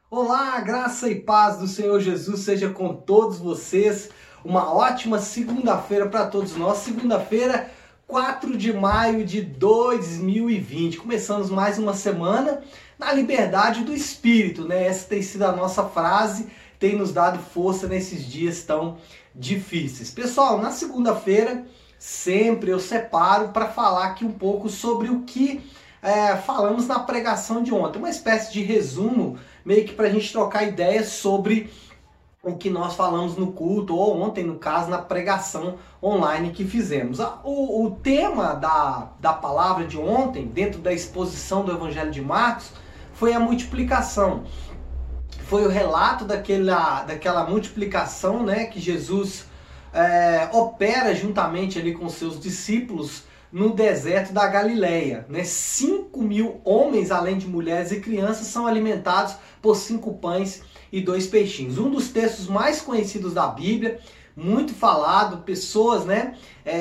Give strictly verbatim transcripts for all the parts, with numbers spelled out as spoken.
Olá, graça e paz do Senhor Jesus seja com todos vocês. Uma ótima segunda-feira para todos nós. Segunda-feira, quatro de maio de dois mil e vinte. Começamos mais uma semana na liberdade do Espírito, né? Essa tem sido a nossa frase, tem nos dado força nesses dias tão difíceis. Pessoal, na segunda-feira, sempre eu separo para falar aqui um pouco sobre o que é, falamos na pregação de ontem. Uma espécie de resumo, meio que para a gente trocar ideias sobre o que nós falamos no culto, ou ontem, no caso, na pregação online que fizemos. O, o tema da, da palavra de ontem, dentro da exposição do Evangelho de Marcos, foi a multiplicação. Foi o relato daquela, daquela multiplicação, né, que Jesus é, opera juntamente ali com seus discípulos no deserto da Galileia. Né? Cinco mil homens, além de mulheres e crianças, são alimentados por cinco pães e dois peixinhos. Um dos textos mais conhecidos da Bíblia, muito falado, pessoas, né,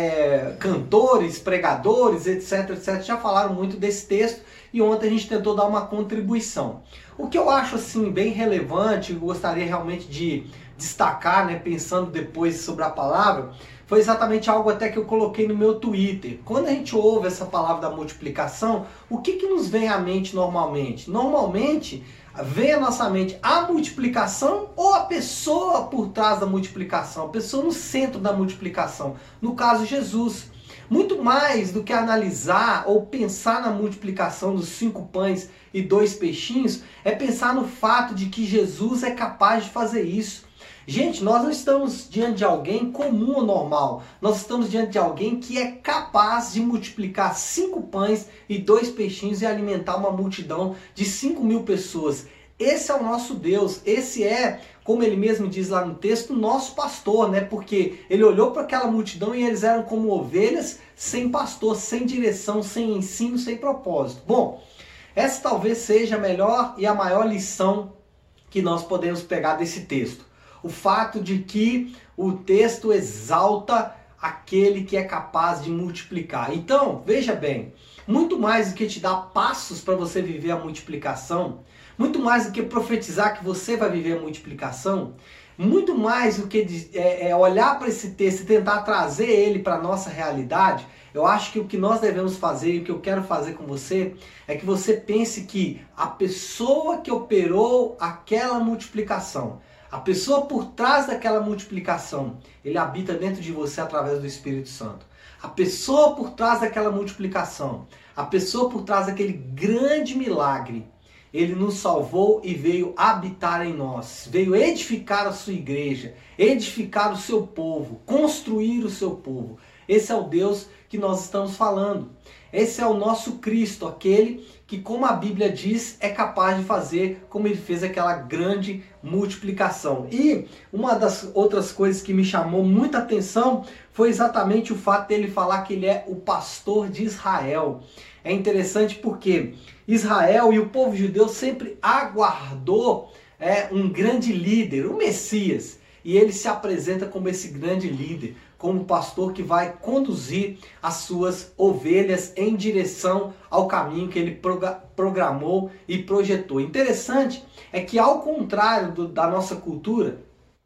é, cantores, pregadores, etc, etc, já falaram muito desse texto e ontem a gente tentou dar uma contribuição. O que eu acho assim bem relevante, eu gostaria realmente de destacar, né, pensando depois sobre a palavra, foi exatamente algo até que eu coloquei no meu Twitter. Quando a gente ouve essa palavra da multiplicação, o que, que nos vem à mente normalmente? Normalmente vem à nossa mente a multiplicação ou a pessoa por trás da multiplicação, a pessoa no centro da multiplicação, no caso Jesus. Muito mais do que analisar ou pensar na multiplicação dos cinco pães e dois peixinhos, é pensar no fato de que Jesus é capaz de fazer isso. Gente, nós não estamos diante de alguém comum ou normal. Nós estamos diante de alguém que é capaz de multiplicar cinco pães e dois peixinhos e alimentar uma multidão de cinco mil pessoas. Esse é o nosso Deus. Esse é, como ele mesmo diz lá no texto, nosso pastor, né? Porque ele olhou para aquela multidão e eles eram como ovelhas sem pastor, sem direção, sem ensino, sem propósito. Bom, essa talvez seja a melhor e a maior lição que nós podemos pegar desse texto. O fato de que o texto exalta aquele que é capaz de multiplicar. Então, veja bem, muito mais do que te dar passos para você viver a multiplicação, muito mais do que profetizar que você vai viver a multiplicação, muito mais do que é, é olhar para esse texto e tentar trazer ele para a nossa realidade, eu acho que o que nós devemos fazer e o que eu quero fazer com você é que você pense que a pessoa que operou aquela multiplicação, a pessoa por trás daquela multiplicação, ele habita dentro de você através do Espírito Santo. A pessoa por trás daquela multiplicação, a pessoa por trás daquele grande milagre, ele nos salvou e veio habitar em nós, veio edificar a sua igreja, edificar o seu povo, construir o seu povo. Esse é o Deus que nós estamos falando. Esse é o nosso Cristo, aquele que, como a Bíblia diz, é capaz de fazer como ele fez aquela grande multiplicação. E uma das outras coisas que me chamou muita atenção foi exatamente o fato dele falar que ele é o pastor de Israel. É interessante porque Israel e o povo judeu sempre aguardou é, um grande líder, o Messias. E ele se apresenta como esse grande líder, como pastor que vai conduzir as suas ovelhas em direção ao caminho que ele programou e projetou. Interessante é que, ao contrário do, da nossa cultura,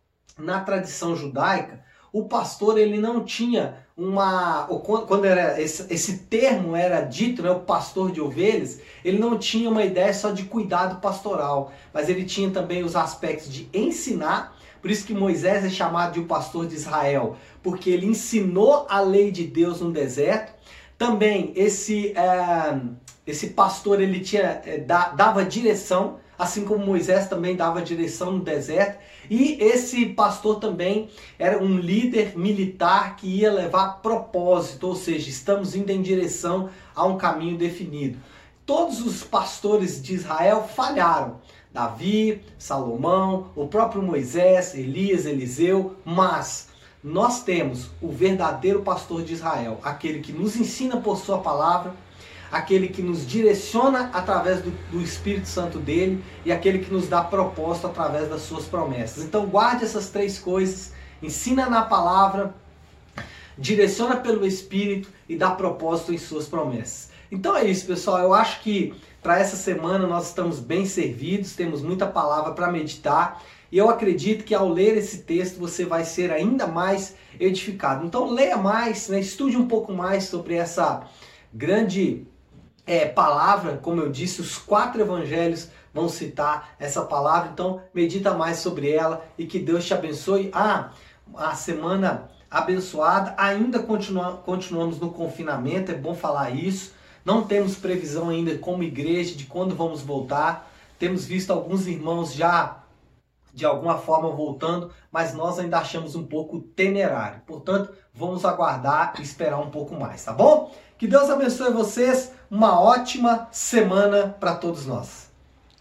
na tradição judaica, o pastor ele não tinha uma... Quando era esse, esse termo era dito, né, o pastor de ovelhas, ele não tinha uma ideia só de cuidado pastoral, mas ele tinha também os aspectos de ensinar. Por isso que Moisés é chamado de o pastor de Israel, porque ele ensinou a lei de Deus no deserto. Também esse, é, esse pastor ele tinha, é, dava direção, assim como Moisés também dava direção no deserto. E esse pastor também era um líder militar que ia levar propósito, ou seja, estamos indo em direção a um caminho definido. Todos os pastores de Israel falharam. Davi, Salomão, o próprio Moisés, Elias, Eliseu, mas nós temos o verdadeiro pastor de Israel, aquele que nos ensina por sua palavra, aquele que nos direciona através do, do Espírito Santo dele e aquele que nos dá propósito através das suas promessas. Então guarde essas três coisas, ensina na palavra, direciona pelo Espírito e dá propósito em suas promessas. Então é isso, pessoal. Eu acho que para essa semana nós estamos bem servidos, temos muita palavra para meditar e eu acredito que ao ler esse texto você vai ser ainda mais edificado. Então leia mais, né? Estude um pouco mais sobre essa grande é, palavra, como eu disse, os quatro evangelhos vão citar essa palavra, então medita mais sobre ela e que Deus te abençoe. Ah, a semana abençoada, ainda continua, continuamos no confinamento, é bom falar isso. Não temos previsão ainda como igreja de quando vamos voltar. Temos visto alguns irmãos já de alguma forma voltando, mas nós ainda achamos um pouco temerário. Portanto, vamos aguardar e esperar um pouco mais, tá bom? Que Deus abençoe vocês. Uma ótima semana para todos nós.